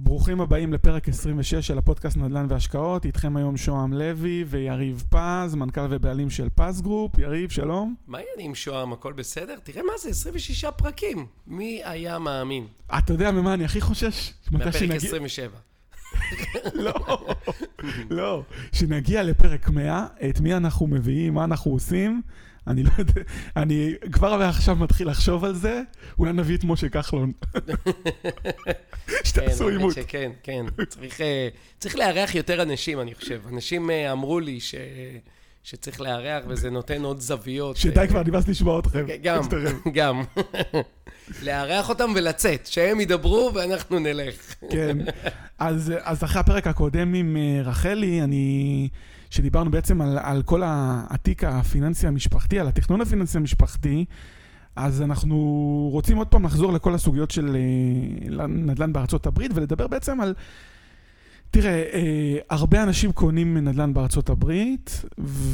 ברוכים הבאים לפרק 26 של הפודקאסט נדל"ן והשקעות. איתכם היום שוהם לוי ויריב פז, מנכ"ל ובעלים של פז גרופ. יריב, שלום. מה העניינים שוהם? הכל בסדר? תראה מה זה, 26 פרקים. מי היה מאמין? אתה יודע ממה אני הכי חושש? מהפרק 27. לא. שנגיע לפרק 100, את מי אנחנו מביאים, מה אנחנו עושים. אני לא יודע, אני כבר עכשיו מתחיל לחשוב על זה, אולי נביא את משה כחלון. שתעשו אימות. כן. צריך לארח יותר אנשים, אני חושב. אנשים אמרו לי שצריך לארח, וזה נותן עוד זוויות. שדי כבר, נמאס לשמוע אתכם. גם. לארח אותם ולצאת, שהם ידברו ואנחנו נלך. כן. אז אחרי הפרק הקודם עם רחלי, שדיברנו בעצם על כל העתיק הפיננסי המשפחתי, על התכנון הפיננסי המשפחתי, אז אנחנו רוצים עוד פעם לחזור לכל הסוגיות של נדל"ן בארצות הברית, ולדבר בעצם על, תראה, הרבה אנשים קונים נדל"ן בארצות הברית,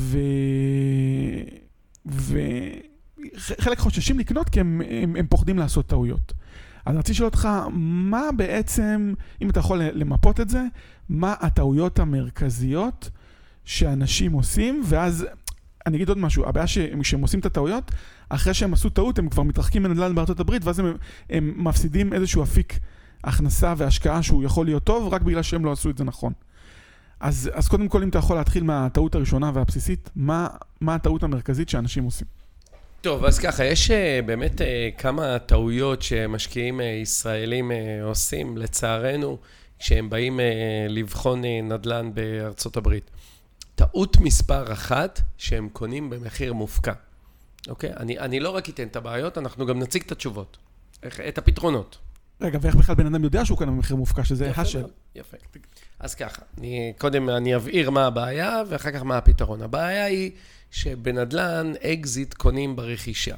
וחלק חוששים לקנות כי הם פוחדים לעשות טעויות. אז אני רוצה לשאול אותך, מה בעצם, אם אתה יכול למפות את זה, מה הטעויות המרכזיות שאנשים עושים, ואז אני אגיד עוד משהו, הבעיה שהם עושים את הטעויות, אחרי שהם עשו טעות, הם כבר מתרחקים מנדל"ן בארצות הברית, ואז הם מפסידים איזשהו אפיק הכנסה והשקעה שהוא יכול להיות טוב, רק בגלל שהם לא עשו את זה נכון. אז קודם כל, אם אתה יכול להתחיל מהטעות הראשונה והבסיסית, מה הטעות המרכזית שאנשים עושים? טוב, אז ככה, יש באמת כמה טעויות שמשקיעים ישראלים עושים, לצערנו, כשהם באים לבחון נדל"ן בארצות הברית. טעות מספר אחת, שהם קונים במחיר מופקע. אוקיי? אני לא רק אתן את הבעיות, אנחנו גם נציג את התשובות, את הפתרונות. רגע, ואיך בכלל בן אדם יודע שהוא קנה במחיר מופקע, שזה השל? יפה. אז ככה, קודם אני אבהיר מה הבעיה, ואחר כך מה הפתרון. הבעיה היא שבנדל"ן אקזיט קונים ברכישה.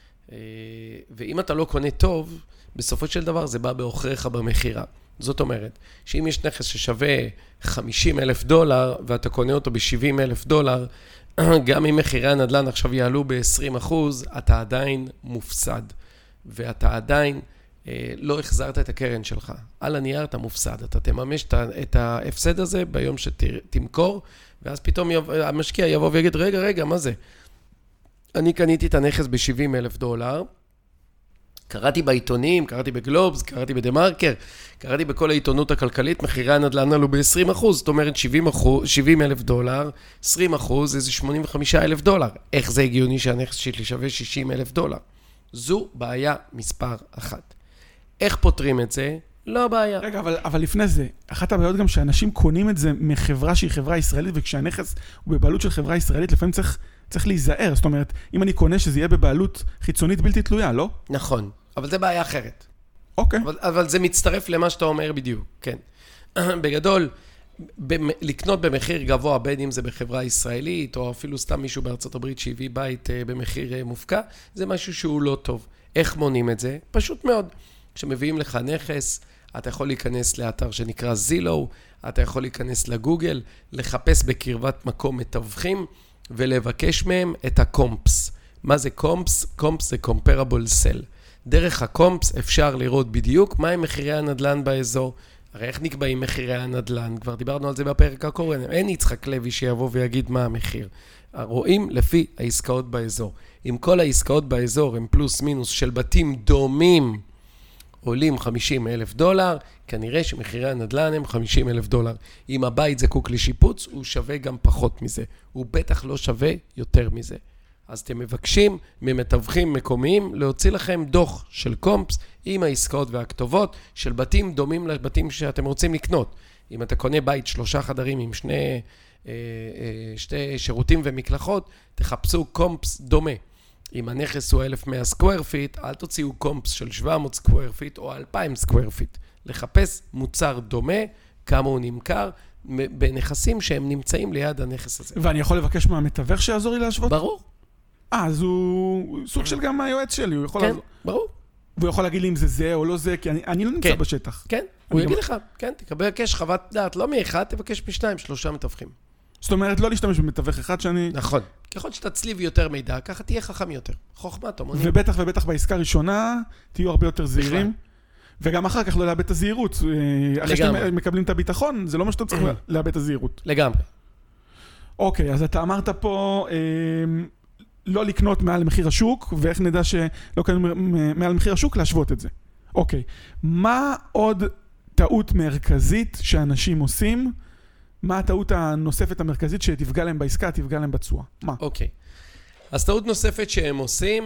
ואם אתה לא קונה טוב, בסופו של דבר זה בא באוכריך במחירה. זאת אומרת, שאם יש נכס ששווה $50,000 ואתה קונה אותו $70,000, גם אם מחירי הנדל"ן עכשיו יעלו ב-20%, אתה עדיין מופסד. ואתה עדיין לא החזרת את הקרן שלך. על הנייר אתה מופסד. אתה תממש את ההפסד הזה ביום שתמכור, ואז פתאום המשקיע יבוא ויגיד, רגע, מה זה? אני קניתי את הנכס $70,000, קראתי בעיתונים, קראתי בגלובס, קראתי בדה-מרקר, קראתי בכל העיתונות הכלכלית, מחירי הנדל"ן עלו ב-20%, זאת אומרת $70,000, 20%, איזה $85,000. איך זה הגיוני שהנכס שלי שווה $60,000? זו בעיה מספר אחת. איך פותרים את זה? לא בעיה. רגע, אבל לפני זה, אחת הבעיות גם שאנשים קונים את זה מחברה שהיא חברה ישראלית, וכשהנכס הוא בבעלות של חברה ישראלית, לפעמים צריך להיזהר. זאת אומרת, אם אני קונה שזה יהיה בבעלות חיצונית בלתי תלויה, לא? נכון, אבל זה בעיה אחרת. אוקיי. אבל זה מצטרף למה שאתה אומר בדיוק, כן. בגדול, לקנות במחיר גבוה, בין אם זה בחברה ישראלית, או אפילו סתם מישהו בארצות הברית שהביא בית במחיר מופקע, זה משהו שהוא לא טוב. איך מונים את זה? פשוט מאוד. כשמביאים לך נכס, אתה יכול להיכנס לאתר שנקרא זילו, אתה יכול להיכנס לגוגל, לחפש בקרבת מקום מתווכים, ולבקש מהם את הקומפס. מה זה קומפס? קומפס זה comparable sell. דרך הקומפס אפשר לראות בדיוק מהם מחירי הנדל"ן באזור. הרי איך נקבעים מחירי הנדל"ן? כבר דיברנו על זה בפרק הקודם. אין יצחק לוי שיבוא ויגיד מה המחיר. רואים לפי העסקאות באזור. אם כל העסקאות באזור הם פלוס מינוס של בתים דומים, עולים $50,000, כנראה שמחירי הנדל"ן הם $50,000. אם הבית זקוק לשיפוץ, הוא שווה גם פחות מזה. הוא בטח לא שווה יותר מזה. אז אתם מבקשים ממתווכים מקומיים להוציא לכם דוח של קומפס עם העסקאות והכתובות של בתים דומים לבתים שאתם רוצים לקנות. אם אתה קונה בית 3 חדרים עם שתי שירותים ומקלחות, תחפשו קומפס דומה. אם הנכס הוא 1,100 סקוואר פיט, אל תוציאו קומפס של 700 סקוואר פיט או 2,000 סקוואר פיט. לחפש מוצר דומה, כמה הוא נמכר, בנכסים שהם נמצאים ליד הנכס הזה. ואני יכול לבקש מהמתווך שיעזור לי להשוות? ברור. אז הוא סוג של גם היועץ שלי, הוא יכול כן, לעזור. ברור. והוא יכול להגיד לי אם זה או לא זה, כי אני לא נמצא בשטח. כן, הוא יגיד לך, כן, תבקש חוות דעת, לא מאחד, תבקש מ2-3 מתווכים. זאת אומרת, לא להשתמש במתווך אחד שאני... נכון. ככל שתצליב יותר מידע, ככה תהיה חכם יותר. חוכמה, תומונים. ובטח בעסקה ראשונה, תהיו הרבה יותר זהירים. וגם אחר כך לא לאבד את הזהירות. אחרי שאתם מקבלים את הביטחון, זה לא מה שאתם צריכים לאבד את הזהירות. לגמרי. אוקיי, אז אתה אמרת פה לא לקנות מעל מחיר השוק, ואיך נדע שלא קנו מעל מחיר השוק, להשוות את זה. אוקיי, מה עוד טעות מרכזית שאנשים עושים? מה הטעות הנוספת המרכזית שתפגע להם בעסקה, תפגע להם בתשואה? מה? אוקיי. אז טעות נוספת שהם עושים,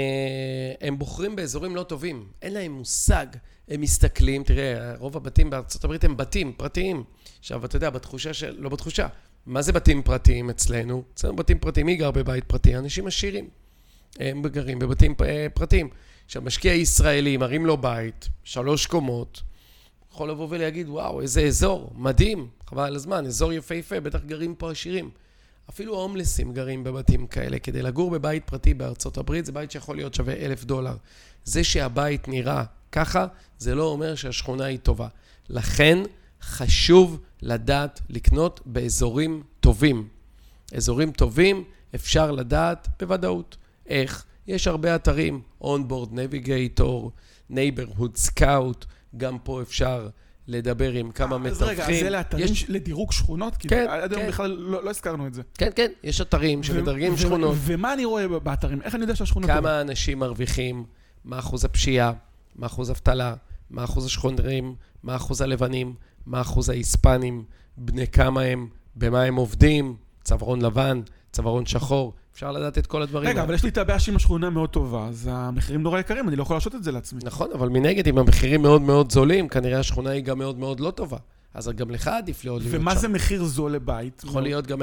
הם בוחרים באזורים לא טובים. אין להם מושג. הם מסתכלים, תראה, רוב הבתים בארצות הברית הם בתים פרטיים. עכשיו, אתה יודע, לא בתחושה. מה זה בתים פרטיים אצלנו? אצלנו בתים פרטיים, מי גר בבית פרטי? אנשים עשירים. הם גרים בבתים פרטיים. עכשיו, משקיע ישראלי, מרים לו בית, 3 קומות, יכול לבוא ולהגיד, וואו, איזה אזור, מדהים, חבל על הזמן, אזור יפה, בטח גרים פה עשירים. אפילו ההומלסים גרים בבתים כאלה. כדי לגור בבית פרטי בארצות הברית, זה בית שיכול להיות שווה $1,000. זה שהבית נראה ככה, זה לא אומר שהשכונה היא טובה. לכן, חשוב לדעת לקנות באזורים טובים. אזורים טובים אפשר לדעת בוודאות. איך? יש הרבה אתרים, Onboard Navigator, Neighborhood Scout, גם פה אפשר לדבר עם כמה מתווכים. אז רגע, אז אלה אתרים לדירוג שכונות? כן, עד היום בכלל לא הזכרנו את זה. כן, יש אתרים שמדרגים שכונות. ומה אני רואה באתרים? איך אני יודע שהשכונות... כמה אנשים מרוויחים, מה אחוז הפשיעה, מה אחוז אבטלה, מה אחוז השכונרים, מה אחוז הלבנים, מה אחוז ההיספנים, בני כמה הם, במה הם עובדים, צווארון לבן, צווארון שחור, אפשר לדעת את כל הדברים. רגע, אבל יש לי את הבעיה שאם השכונה מאוד טובה, אז המחירים נורא יקרים, אני לא יכול לעשות את זה לעצמי. נכון, אבל מנגד, אם המחירים מאוד מאוד זולים, כנראה השכונה היא גם מאוד מאוד לא טובה. אז גם לך עדיף להיות שם. ומה זה מחיר זול לבית? יכול להיות גם $1,000.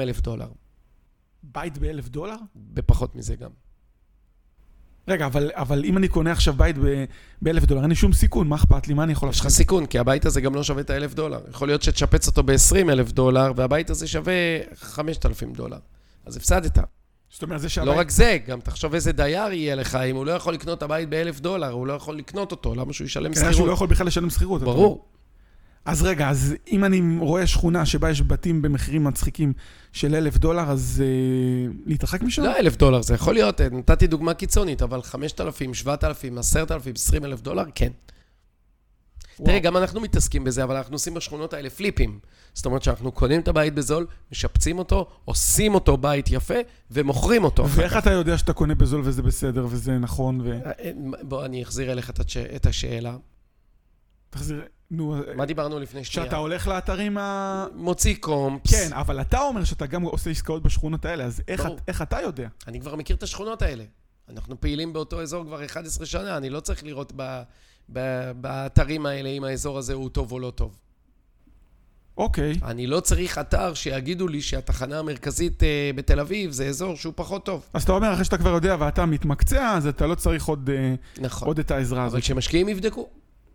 בית $1,000? בפחות מזה גם. רגע, אבל אם אני קונה עכשיו בית $1,000, אין לי שום סיכון, מה אכפת לי? מה אני יכול לעשות? יש לך סיכון, כי הבית הזה גם לא שווה את $1,000. יכול להיות שתשפץ אותו $20,000, והבית הזה שווה $5,000. אז הפסדת. זאת אומרת, זה שהבית... לא רק זה, גם תחשוב איזה דייר יהיה לך, אם הוא לא יכול לקנות את הבית $1,000, הוא לא יכול לקנות אותו, למה שהוא ישלם שכירות? כנראה שהוא לא יכול בכלל לשלם שכירות. ברור. אז רגע, אז אם אני רואה שכונה שבה יש בתים במחירים מצחיקים של $1,000, אז להתרחק משם? לא $1,000, זה יכול להיות, נתתי דוגמה קיצונית, אבל 5,000, 7,000, 10,000, $20,000, כן. תראה, גם אנחנו מתעסקים בזה, אבל אנחנו עושים בשכונות האלה פליפים. זאת אומרת שאנחנו קונים את הבית בזול, משפצים אותו, עושים אותו בית יפה, ומוכרים אותו. ואיך אתה יודע שאתה קונה בזול וזה בסדר וזה נכון? בוא, אני אחזיר אליך את השאלה. תחזיר, נו... מה דיברנו לפני שנייה? שאתה הולך לאתרים מוציא קומפס. כן, אבל אתה אומר שאתה גם עושה עסקאות בשכונות האלה, אז איך אתה יודע? אני כבר מכיר את השכונות האלה. אנחנו פעילים באותו אזור כבר 11 שנה, אני לא צריך לראות באתרים האלה אם האזור הזה הוא טוב או לא טוב. אוקיי. אני לא צריך אתר שיגידו לי שהתחנה המרכזית בתל אביב זה אזור שהוא פחות טוב. אז אתה אומר, אחרי שאתה כבר יודע ואתה מתמקצע, אז אתה לא צריך עוד את העזרה הזאת. אבל שמשקיעים יבדקו.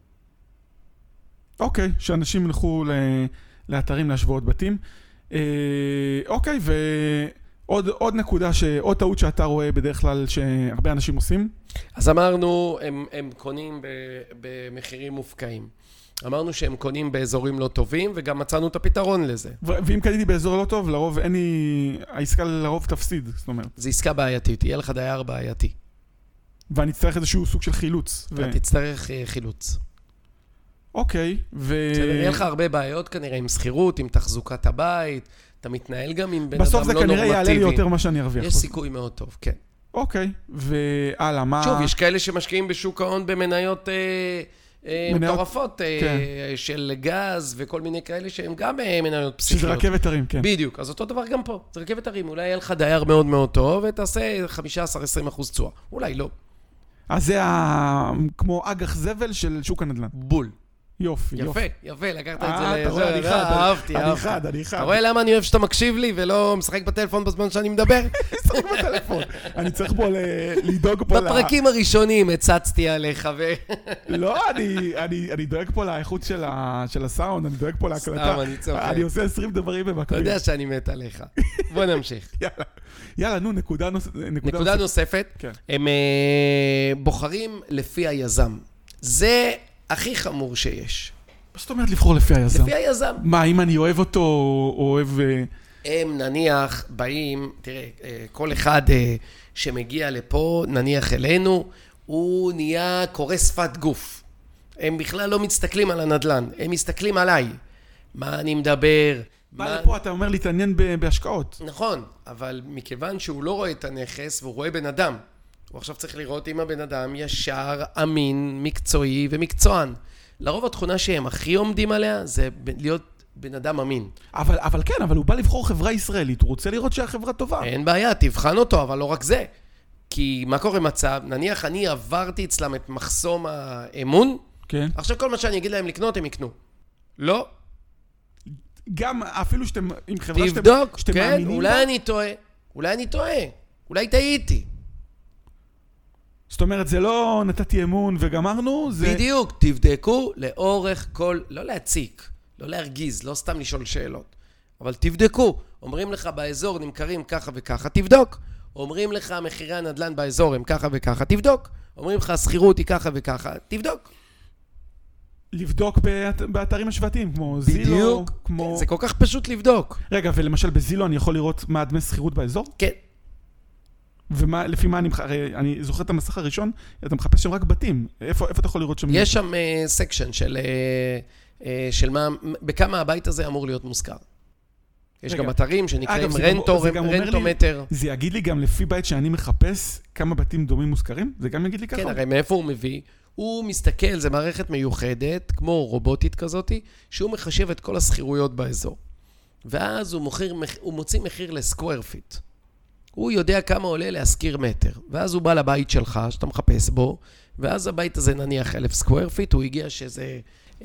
אוקיי, שאנשים ילכו לאתרים להשוואות בתים. אוקיי, ועוד נקודה, עוד טעות שאתה רואה בדרך כלל שהרבה אנשים עושים. אז אמרנו, הם קונים במחירים מופקעים. אמרנו שהם קונים באזורים לא טובים, וגם מצאנו את הפתרון לזה. ואם קניתי באזור לא טוב, לרוב העסקה לרוב תפסיד, זאת אומרת. זה עסקה בעייתית, יהיה לך דייר בעייתי. ואני אצטרך איזשהו סוג של חילוץ. אתה תצטרך חילוץ. אוקיי, יהיה לך הרבה בעיות כנראה עם שכירות, עם תחזוקת הבית, אתה מתנהל גם עם בן אדם לא נורמטיבי. בסוף זה כנראה יעלה לי יותר מה שאני ארוויח. יש סיכוי מאוד טוב, כן. אוקיי, והלאה, מה... שוב, יש כאלה שמשקיעים בשוק ההון במניות מטורפות של גז וכל מיני כאלה שהם גם מניות פסיכיות. שזה רכבת הרים, כן. בדיוק, אז אותו דבר גם פה. זה רכבת הרים, אולי יהיה לך דייר מאוד מאוד טוב ותעשה 15-20% תשואה. אולי לא. אז זה כמו אג"ח זבל של שוק הנדל"ן. בול. יופי. יפה, לקחת את זה. אתה רואה, אני חד. אתה רואה למה אני אוהב שאתה מקשיב לי ולא משחק בטלפון בזמן שאני מדבר? משחק בטלפון. אני צריך פה לדאוג פה בפרקים הראשונים הצצתי עליך לא, אני דואג פה לאיכות של הסאונד, אני דואג פה להקלטה. סתם, אני צוחק. אני עושה 20 דברים במקביל. אתה יודע שאני מת עליך. בוא נמשיך. יאללה, נו, נקודה נוספת. הם בוחרים לפי היזם. זה הכי חמור שיש. מה זאת אומרת לבחור לפי היזם? לפי היזם. מה, אם אני אוהב אותו או אוהב... הם נניח באים, תראה, כל אחד שמגיע לפה, נניח אלינו, הוא נהיה קורא שפת גוף. הם בכלל לא מסתכלים על הנדל"ן, הם מסתכלים עליי. מה אני מדבר? בא לפה, אתה אומר להתעניין בהשקעות. נכון, אבל מכיוון שהוא לא רואה את הנכס והוא רואה בן אדם, הוא עכשיו צריך לראות אם הבן אדם ישר, אמין, מקצועי ומקצוען. לרוב התכונה שהם הכי עומדים עליה זה להיות בן אדם אמין. אבל כן, אבל הוא בא לבחור חברה ישראלית, הוא רוצה לראות שהחברה טובה. אין בעיה, תבחן אותו, אבל לא רק זה. כי מה קורה מצב? נניח אני עברתי אצלם את מחסום האמון, כן. עכשיו כל מה שאני אגיד להם לקנות, הם יקנו. לא. גם אפילו שאתם עם חברה תבדוק, שאתם כן, מאמינים אולי בה. אני טועה, אולי טעיתי. זאת אומרת, זה לא נתתי אמון וגמרנו, זה... בדיוק, תבדקו לאורך כל, לא להציק, לא להרגיז, לא סתם לשאול שאלות, אבל תבדקו. אומרים לך באזור נמכרים ככה וככה, תבדוק. אומרים לך מחירי הנדל"ן באזור הם ככה וככה, תבדוק. אומרים לך הסחירות היא ככה וככה, תבדוק. לבדוק באתרים השוואתיים, כמו זילו, בדיוק, כמו... זה כל כך פשוט לבדוק. רגע, ולמשל בזילו אני יכול לראות מה דמי שכירות באזור? כן. ולפי מה הרי אני זוכר את המסך הראשון, אתה מחפש שם רק בתים. איפה אתה יכול לראות שם? יש שם סקשן של מה, בכמה הבית הזה אמור להיות מוזכר. יש גם אתרים שנקראים רנטומטר. זה יגיד לי גם לפי בית שאני מחפש כמה בתים דומים מוזכרים? זה גם יגיד לי ככה? כן, הרי מאיפה הוא מביא? הוא מסתכל, זה מערכת מיוחדת, כמו רובוטית כזאת, שהוא מחשב את כל הסחירויות באזור. ואז הוא מוציא מחיר לסקוואר פיט. הוא יודע כמה עולה להשכיר מטר. ואז הוא בא לבית שלך, שאתה מחפש בו, ואז הבית הזה נניח 1,000 סקוואר פיט, הוא הגיע שזה,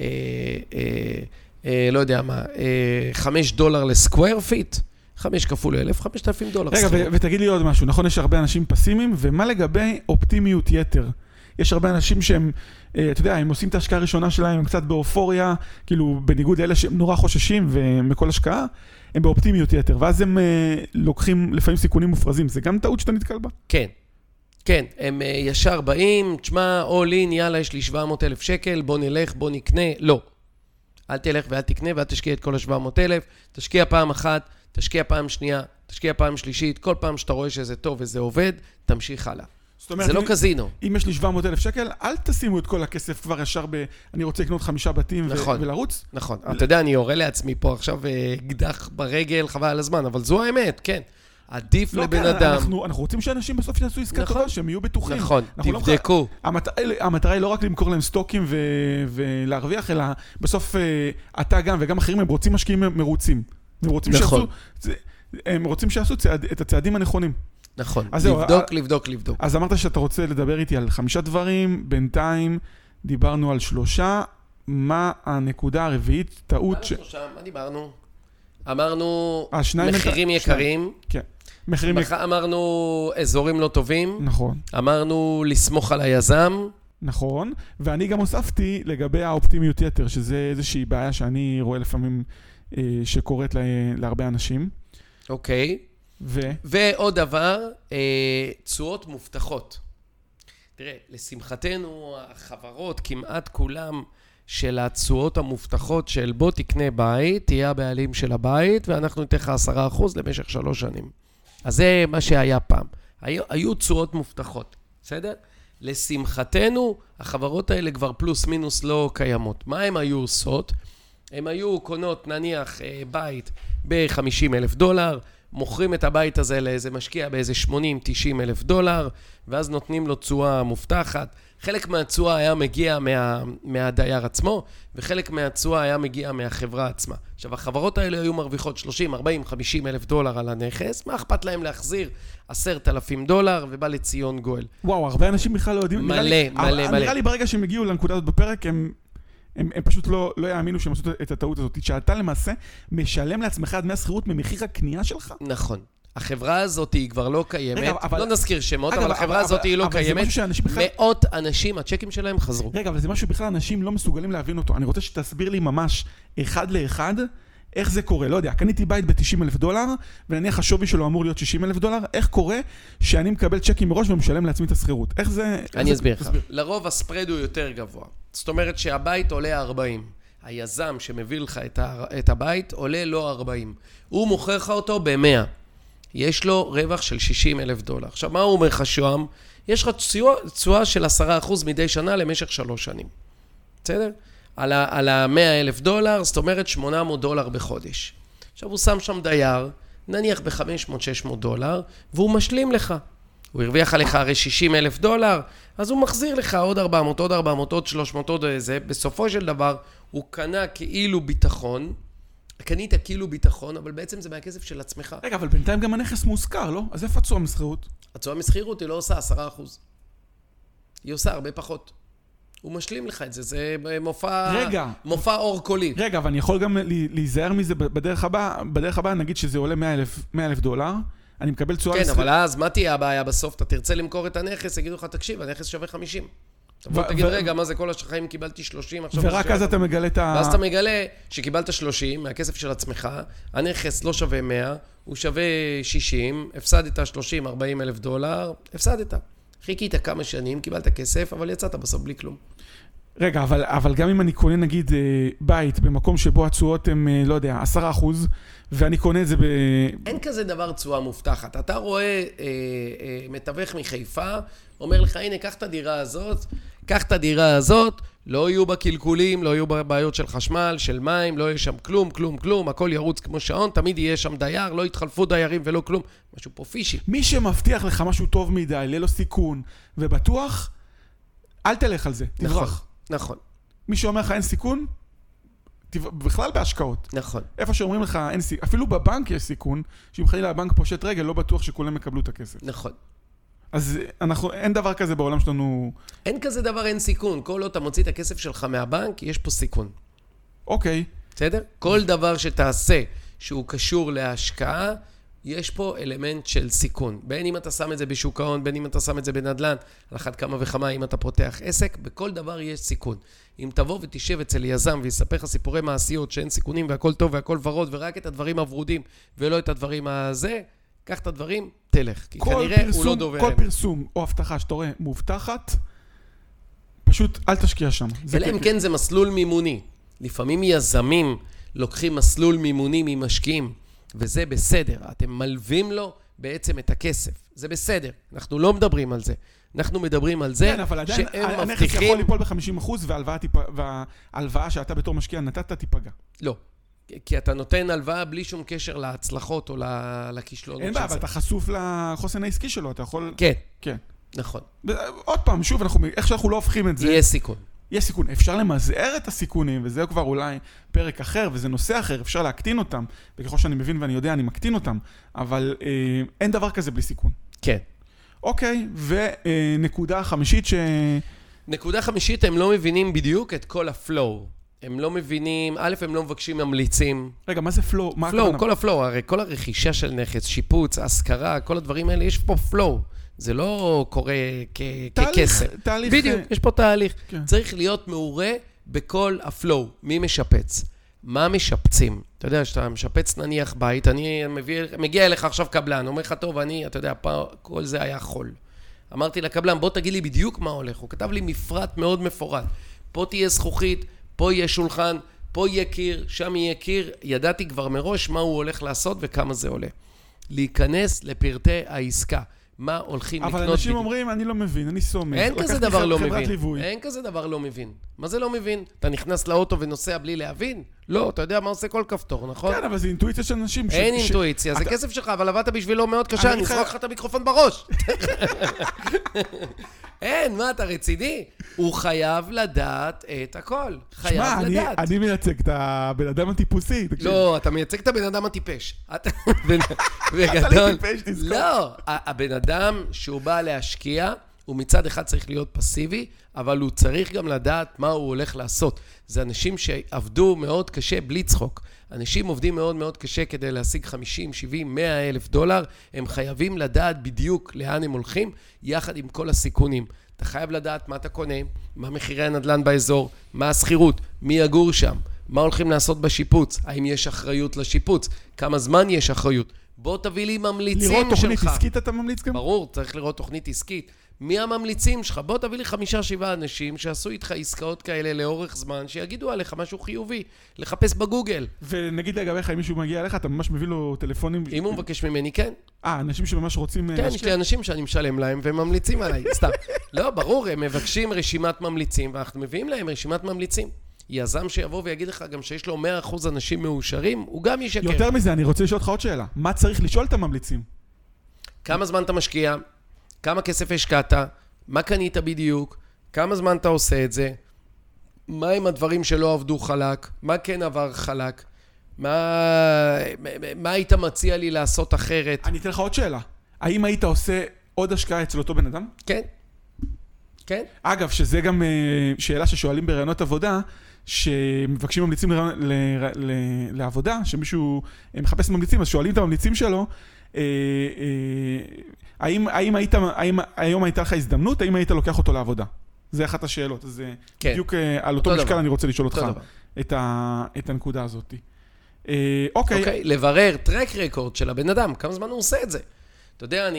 לא יודע מה, $5 לסקוואר פיט, 5 כפול 1,000, $5,000. רגע, ותגיד לי עוד משהו, נכון, יש הרבה אנשים פסימיים, ומה לגבי אופטימיות יתר? יש הרבה אנשים שהם, אתה יודע, הם עושים את ההשקעה הראשונה שלהם, הם קצת באופוריה, כאילו בניגוד לאלה שהם נורא חוששים ומכל השקעה, הם באופטימיות יתר, ואז הם לוקחים לפעמים סיכונים מופרזים. זה גם טעות שאתה נתקל בה? כן, כן, הם ישר באים, תשמע, all in, יאללה, יש לי 700,000 שקל, בוא נלך, בוא נקנה, לא. אל תלך ואל תקנה ואל תשקיע את כל ה-700,000, תשקיע פעם אחת, תשקיע פעם שנייה, תשקיע פעם שלישית, כל פעם שאתה רואה שזה טוב וזה עובד, תמשיך הלאה. זה לא קזינו. אם יש לי 700,000 שקל, אל תשימו את כל הכסף כבר ישר אני רוצה לקנות 5 בתים ולרוץ. נכון. אתה יודע, אני יורה לעצמי פה עכשיו גדח ברגל, חבל על הזמן, אבל זו האמת, כן. עדיף לבן אדם. אנחנו רוצים שאנשים בסוף יעשו עסקה טובה, שהם יהיו בטוחים. נכון, תבדקו. המטרה היא לא רק למכור להם סטוקים ולהרוויח, אלא בסוף אתה גם וגם אחרים, הם רוצים משקיעים מרוצים. הם רוצים שיעשו את הצעדים הנכונים. נכון, לבדוק. אז אמרת שאתה רוצה לדבר איתי על 5 דברים, בינתיים דיברנו על 3, מה הנקודה הרביעית, טעות מה דיברנו? אמרנו מחירים יקרים. כן. אמרנו אזורים לא טובים. נכון. אמרנו לסמוך על היזם. נכון, ואני גם הוספתי לגבי האופטימיות יתר, שזה איזושהי בעיה שאני רואה לפעמים שקורית להרבה אנשים. אוקיי. ועוד דבר, תשואות מובטחות. תראה, לשמחתנו, החברות, כמעט כולם של התשואות המובטחות של בוא תקנה בית, תהיה הבעלים של הבית, ואנחנו ניתן לך 10% למשך 3 שנים. אז זה מה שהיה פעם. היו תשואות מובטחות, בסדר? לשמחתנו, החברות האלה כבר פלוס מינוס לא קיימות. מה הם היו עושות? הם היו קונות, נניח, בית $50,000, מוכרים את הבית הזה לאיזה משקיע באיזה $80,000-90,000, ואז נותנים לו תשואה מובטחת. חלק מהתשואה היה מגיע מהדייר עצמו, וחלק מהתשואה היה מגיע מהחברה עצמה. עכשיו, החברות האלה היו מרוויחות $30,000, $40,000, $50,000 על הנכס, מה אכפת להם להחזיר $10,000 ובא לציון גואל. וואו, הרבה אנשים בכלל לא יודעים. מלא. נראה לי ברגע שהם הגיעו לנקודה הזאת בפרק, הם פשוט לא יאמינו שהם עשו את הטעות הזאת, שאתה למעשה משלם לעצמך דמי השכירות ממחיר הקנייה שלך. נכון. החברה הזאת היא כבר לא קיימת, לא נזכיר שמות, אבל החברה הזאת היא לא קיימת. מאות אנשים, הצ'קים שלהם חזרו. רגע, אבל זה משהו בכלל אנשים לא מסוגלים להבין אותו. אני רוצה שתסביר לי ממש אחד לאחד, איך זה קורה. לא יודע, קניתי בית $90,000, ונניח השווי שלו אמור להיות $60,000, איך קורה שאני מקבל צ'קים מראש ומשלם לעצמי את השכירות? איך זה... אני אסביר לך. לרוב הספרד הוא יותר גבוה. זאת אומרת שהבית עולה 40. היזם שמביא לך את הבית עולה לו 40. הוא מוכר לך אותו ב-100. יש לו רווח של $60,000. עכשיו, מה הוא אומר לך שם? יש לך תשואה של 10% מדי שנה למשך 3 שנים. בסדר? על $100,000, זאת אומרת $800 בחודש. עכשיו הוא שם שם דייר, נניח $500-600, והוא משלים לך. הוא הרוויח עליך הרי $60,000, אז הוא מחזיר לך עוד 400, עוד 400, עוד 300, עוד איזה. בסופו של דבר, הוא קנה כאילו ביטחון, קנית כאילו ביטחון, אבל בעצם זה מהכסף של עצמך. רגע, אבל בינתיים גם הנכס מושכר, לא? אז איפה התשואה מסחירות? התשואה מסחירות היא לא עושה 10%. היא עושה הרבה פחות. הוא משלים לך את זה, זה מופע אור קולי. רגע, אבל אני יכול גם להיזהר מזה בדרך הבאה, נגיד שזה עולה $100,000, אני מקבל תשואה... כן, אבל אז מה תהיה הבעיה בסוף? אתה תרצה למכור את הנכס, יגידו לך, תקשיב, הנכס שווה 50. אתה תגיד, רגע, מה זה כל השחיים קיבלתי 30, עכשיו... ורק אז אתה מגלה את ה... ואז אתה מגלה שקיבלת 30 מהכסף של עצמך, הנכס לא שווה 100, הוא שווה 60, הפסדת $30,000-40,000, הפסדת. חיכית כמה שנים, קיבלת כסף, אבל יצאת בסוף בלי כלום. רגע, אבל גם אם אני קונה נגיד בית במקום שבו התשואות הם, לא יודע, 10%, ואני קונה את זה אין כזה דבר תשואה מובטחת. אתה רואה מתווך מחיפה, אומר לך, הנה, קח את הדירה הזאת, לא יהיו בה קלקולים, לא יהיו בה בעיות של חשמל, של מים, לא יהיה שם כלום, הכל ירוץ כמו שעון, תמיד יהיה שם דייר, לא יתחלפו דיירים ולא כלום, משהו פה פישי. מי שמבטיח לך משהו טוב מדי, ללא סיכון ובטוח, אל תלך על זה, תברח. נכון. מי שאומר לך אין סיכון, בכלל בהשקעות. נכון. איפה שאומרים לך אין סיכון, אפילו בבנק יש סיכון, שאם חלילה הבנק פושט רגל, לא בטוח שכולם יקבלו את הכסף. נכון. אז אין דבר כזה בעולם שלנו... אין כזה דבר, אין סיכון. כל עוד אתה מוציא את הכסף שלך מהבנק, יש פה סיכון. אוקיי. בסדר? כל דבר שתעשה שהוא קשור להשקעה, יש פה אלמנט של סיכון. בין אם אתה שם את זה בשוק ההון, בין אם אתה שם את זה בנדל"ן, על אחת כמה וכמה אם אתה פותח עסק, בכל דבר יש סיכון. אם תבוא ותשב אצל יזם ויספר לך סיפורי מעשיות שאין סיכונים והכל טוב והכל ורוד, ורק את הדברים הוורודים ולא את הדברים הזה, קח את הדברים, תלך. כי כנראה הוא לא דובר. כל פרסום או הבטחה שאתה רואה מובטחת, פשוט אל תשקיע שם. אלא אם כן זה מסלול מימוני. לפעמים יזמים לוקחים מסלול מימוני ממשקיעים, וזה בסדר. אתם מלווים לו בעצם את הכסף. זה בסדר. אנחנו לא מדברים על זה. אנחנו מדברים על זה כן, אבל עדיין הנכס יכול ליפול ב-50% וההלוואה שאתה בתור משקיע נתת תיפגע. לא. כי אתה נותן הלוואה בלי שום קשר להצלחות או לכישלונות. אין בעיה, אבל אתה חשוף לחוסן העסקי שלו, אתה יכול... כן. כן. נכון. עוד פעם, שוב, איך שאנחנו לא הופכים את זה... יהיה סיכון. יש סיכון. אפשר למזער את הסיכונים, וזה כבר אולי פרק אחר, וזה נושא אחר, אפשר להקטין אותם, וככל שאני מבין ואני יודע, אני מקטין אותם, אבל אין דבר כזה בלי סיכון. כן. אוקיי, ונקודה חמישית נקודה חמישית, הם לא מבינים בדיוק את כל הפלואו. הם לא מבינים, א', הם לא מבקשים ממליצים. רגע, מה זה פלואו? פלואו, כל הפלואו, הרי כל הרכישה של נכס, שיפוץ, השכרה, כל הדברים האלה, יש פה פלואו. זה לא קורה ככסף. תהליך. בדיוק, יש פה תהליך. כן. צריך להיות מעורה בכל הפלואו. מי משפץ? מה משפצים? אתה יודע, שאתה משפץ נניח בית, אני מגיע אליך עכשיו קבלן, אומר לך, טוב, אתה יודע, כל זה היה חול. אמרתי לקבלן, בוא תגיד לי בדיוק מה הולך. הוא כתב לי מפרט מאוד מפורט. פה תהיה זכוכית, פה יהיה שולחן, פה יהיה קיר, שם יהיה קיר. ידעתי כבר מראש מה הוא הולך לעשות וכמה זה עולה. להיכנס לפרטי העסקה. מה הולכים לקנות אבל אנשים אומרים, אני לא מבין, אני סומך. אין כזה דבר לא מבין. אין כזה דבר לא מבין. מה זה לא מבין? אתה נכנס לאוטו ונוסע בלי להבין? לא, אתה יודע מה עושה כל כפתור, נכון? כן, אבל זה אינטואיציה של אנשים. אין אינטואיציה, זה כסף שלך, אבל עבדת בשבילו מאוד קשה, אני אזרוק לך את המיקרופון בראש. אין, מה, אתה רציני? הוא חייב לדעת את הכל. חייב לדעת. אני מייצג את הבן אדם הטיפוסי. לא, אתה מייצג את הבן אדם הטיפש. בגדול. לא, הבן אדם שהוא בא להשקיע, הוא מצד אחד צריך להיות פסיבי, אבל הוא צריך גם לדעת מה הוא הולך לעשות. זה אנשים שעבדו מאוד קשה בלי צחוק. אנשים עובדים מאוד מאוד קשה כדי להשיג 50, 70, 100 אלף דולר. הם חייבים לדעת בדיוק לאן הם הולכים, יחד עם כל הסיכונים. אתה חייב לדעת מה אתה קונה, מה מחירי הנדל"ן באזור, מה הסחירות, מי יגור שם, מה הולכים לעשות בשיפוץ, האם יש אחריות לשיפוץ, כמה זמן יש אחריות. בוא תביא לי ממליצים שלך. לראות תוכנית עסקית אתה ממליץ גם? ברור, צריך לראות תוכנית עסקית. מי הממליצים שלך? בוא תביא לי 5-7 אנשים שעשו איתך עסקאות כאלה לאורך זמן, שיגידו עליך משהו חיובי, לחפש בגוגל. ונגיד לגביך, אם מישהו מגיע אליך, אתה ממש מביא לו טלפונים... אם הוא מבקש ממני, כן. אנשים שממש רוצים... כן, יש לי אנשים שאני משלם להם והם ממליצים עליי, סתם. לא, ברור, הם מבקשים רשימת ממליצים, ואנחנו מביאים להם רשימת ממליצים. יזם שיבוא ויגיד לך גם שיש לו 100% אנשים מאושרים, הוא גם ישקר. יותר מזה, אני רוצה לשאול אותך עוד שאלה. מה צריך לשאול את הממליצים? כמה זמן אתה משקיע? כמה כסף השקעת? מה קנית בדיוק? כמה זמן אתה עושה את זה? מה הם הדברים שלא עבדו חלק? מה כן עבר חלק? מה היית מציע לי לעשות אחרת? אני אתן לך עוד שאלה. האם היית עושה עוד השקעה אצל אותו בן אדם? כן. כן. אגב, שזה גם שאלה ששואלים ברעיונות עבודה, שמבקשים ממליצים לעבודה, שמישהו מחפש ממליצים, אז שואלים את הממליצים שלו, האם היום הייתה לך הזדמנות, האם היית לוקח אותו לעבודה? זה אחת השאלות, אז כן. בדיוק על אותו משקל אני רוצה לשאול אותך את הנקודה הזאת. אוקיי, לברר טרק רקורד של הבן אדם, כמה זמן הוא עושה את זה. אתה יודע,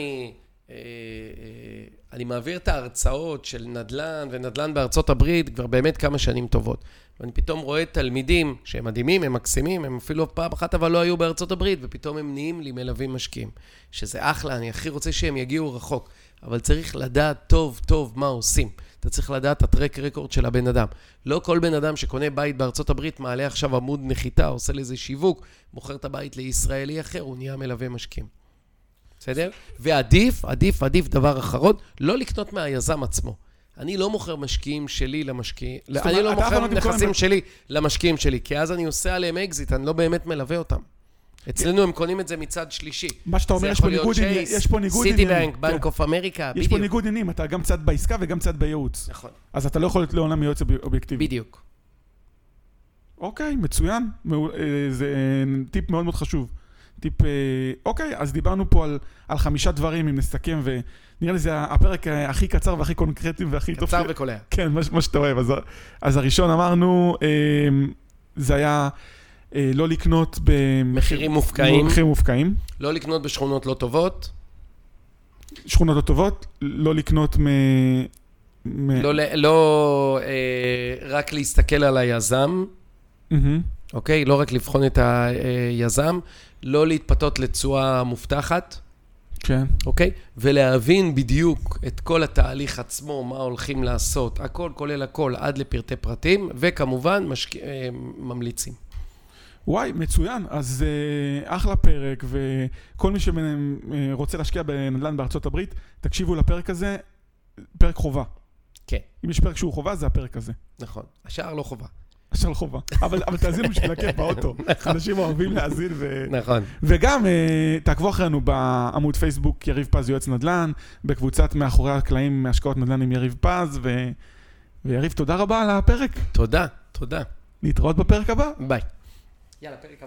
אני מעביר את ההרצאות של נדל"ן ונדל"ן בארצות הברית כבר באמת כמה שנים טובות. ואני פתאום רואה תלמידים שהם מדהימים, הם מקסימים, הם אפילו פעם אחת אבל לא היו בארצות הברית, ופתאום הם נהיים לי מלווים משקיעים. שזה אחלה, אני הכי רוצה שהם יגיעו רחוק, אבל צריך לדעת טוב טוב מה עושים. אתה צריך לדעת את הטרק רקורד של הבן אדם. לא כל בן אדם שקונה בית בארצות הברית מעלה עכשיו עמוד נחיתה, עושה לזה שיווק, מוכר את הבית לישראלי אחר, הוא נהיה מלווה משקיעים. בסדר? ועדיף, עדיף דבר אחרון, לא לקנות מהיזם עצמו. אני לא מוכר משקיעים שלי למשקיעים, אני לא מוכר נכסים שלי למשקיעים שלי, כי אז אני עושה עליהם אקזיט, אני לא באמת מלווה אותם. אצלנו הם קונים את זה מצד שלישי. מה שאתה אומר, יש פה ניגוד עניינים. סיטי בנק, בנק אוף אמריקה, בדיוק. יש פה ניגוד עניינים, אתה גם צד בעסקה וגם צד בייעוץ. נכון. אז אתה לא יכול להיות לעולם יועץ אובייקטיבי. בדיוק. אוקיי, מצוין. זה טיפ מאוד מאוד חשוב. אוקיי, אז דיברנו פה על 5 דברים, אם נסכם, ונראה לי זה הפרק הכי קצר והכי קונקרטי והכי טוב. קצר וקולע. כן, מה שאתה אוהב. אז הראשון אמרנו, זה היה לא לקנות במחירים מופקעים. לא לקנות בשכונות לא טובות. שכונות לא טובות, לא לקנות לא רק להסתכל על היזם. אוקיי? לא רק לבחון את היזם, לא להתפתות לתשואה מובטחת. כן. אוקיי? ולהבין בדיוק את כל התהליך עצמו, מה הולכים לעשות, הכל כולל הכל עד לפרטי פרטים, וכמובן ממליצים. וואי, מצוין. אז אחלה פרק, וכל מי שרוצה להשקיע בנדל"ן בארצות הברית, תקשיבו לפרק הזה, פרק חובה. כן. אם יש פרק שהוא חובה, זה הפרק הזה. נכון. השאר לא חובה. השאר לא חובה. אבל תאזינו בשביל הכיף באוטו. אנשים אוהבים להאזין. נכון. וגם תעקבו אחרינו בעמוד פייסבוק יריב פז יועץ נדל"ן, בקבוצת מאחורי הקלעים מהשקעות נדל"ן עם יריב פז, ויריב, תודה רבה על הפרק. תודה. להתראות בפרק הבא. ביי. יאללה, פרק הבא.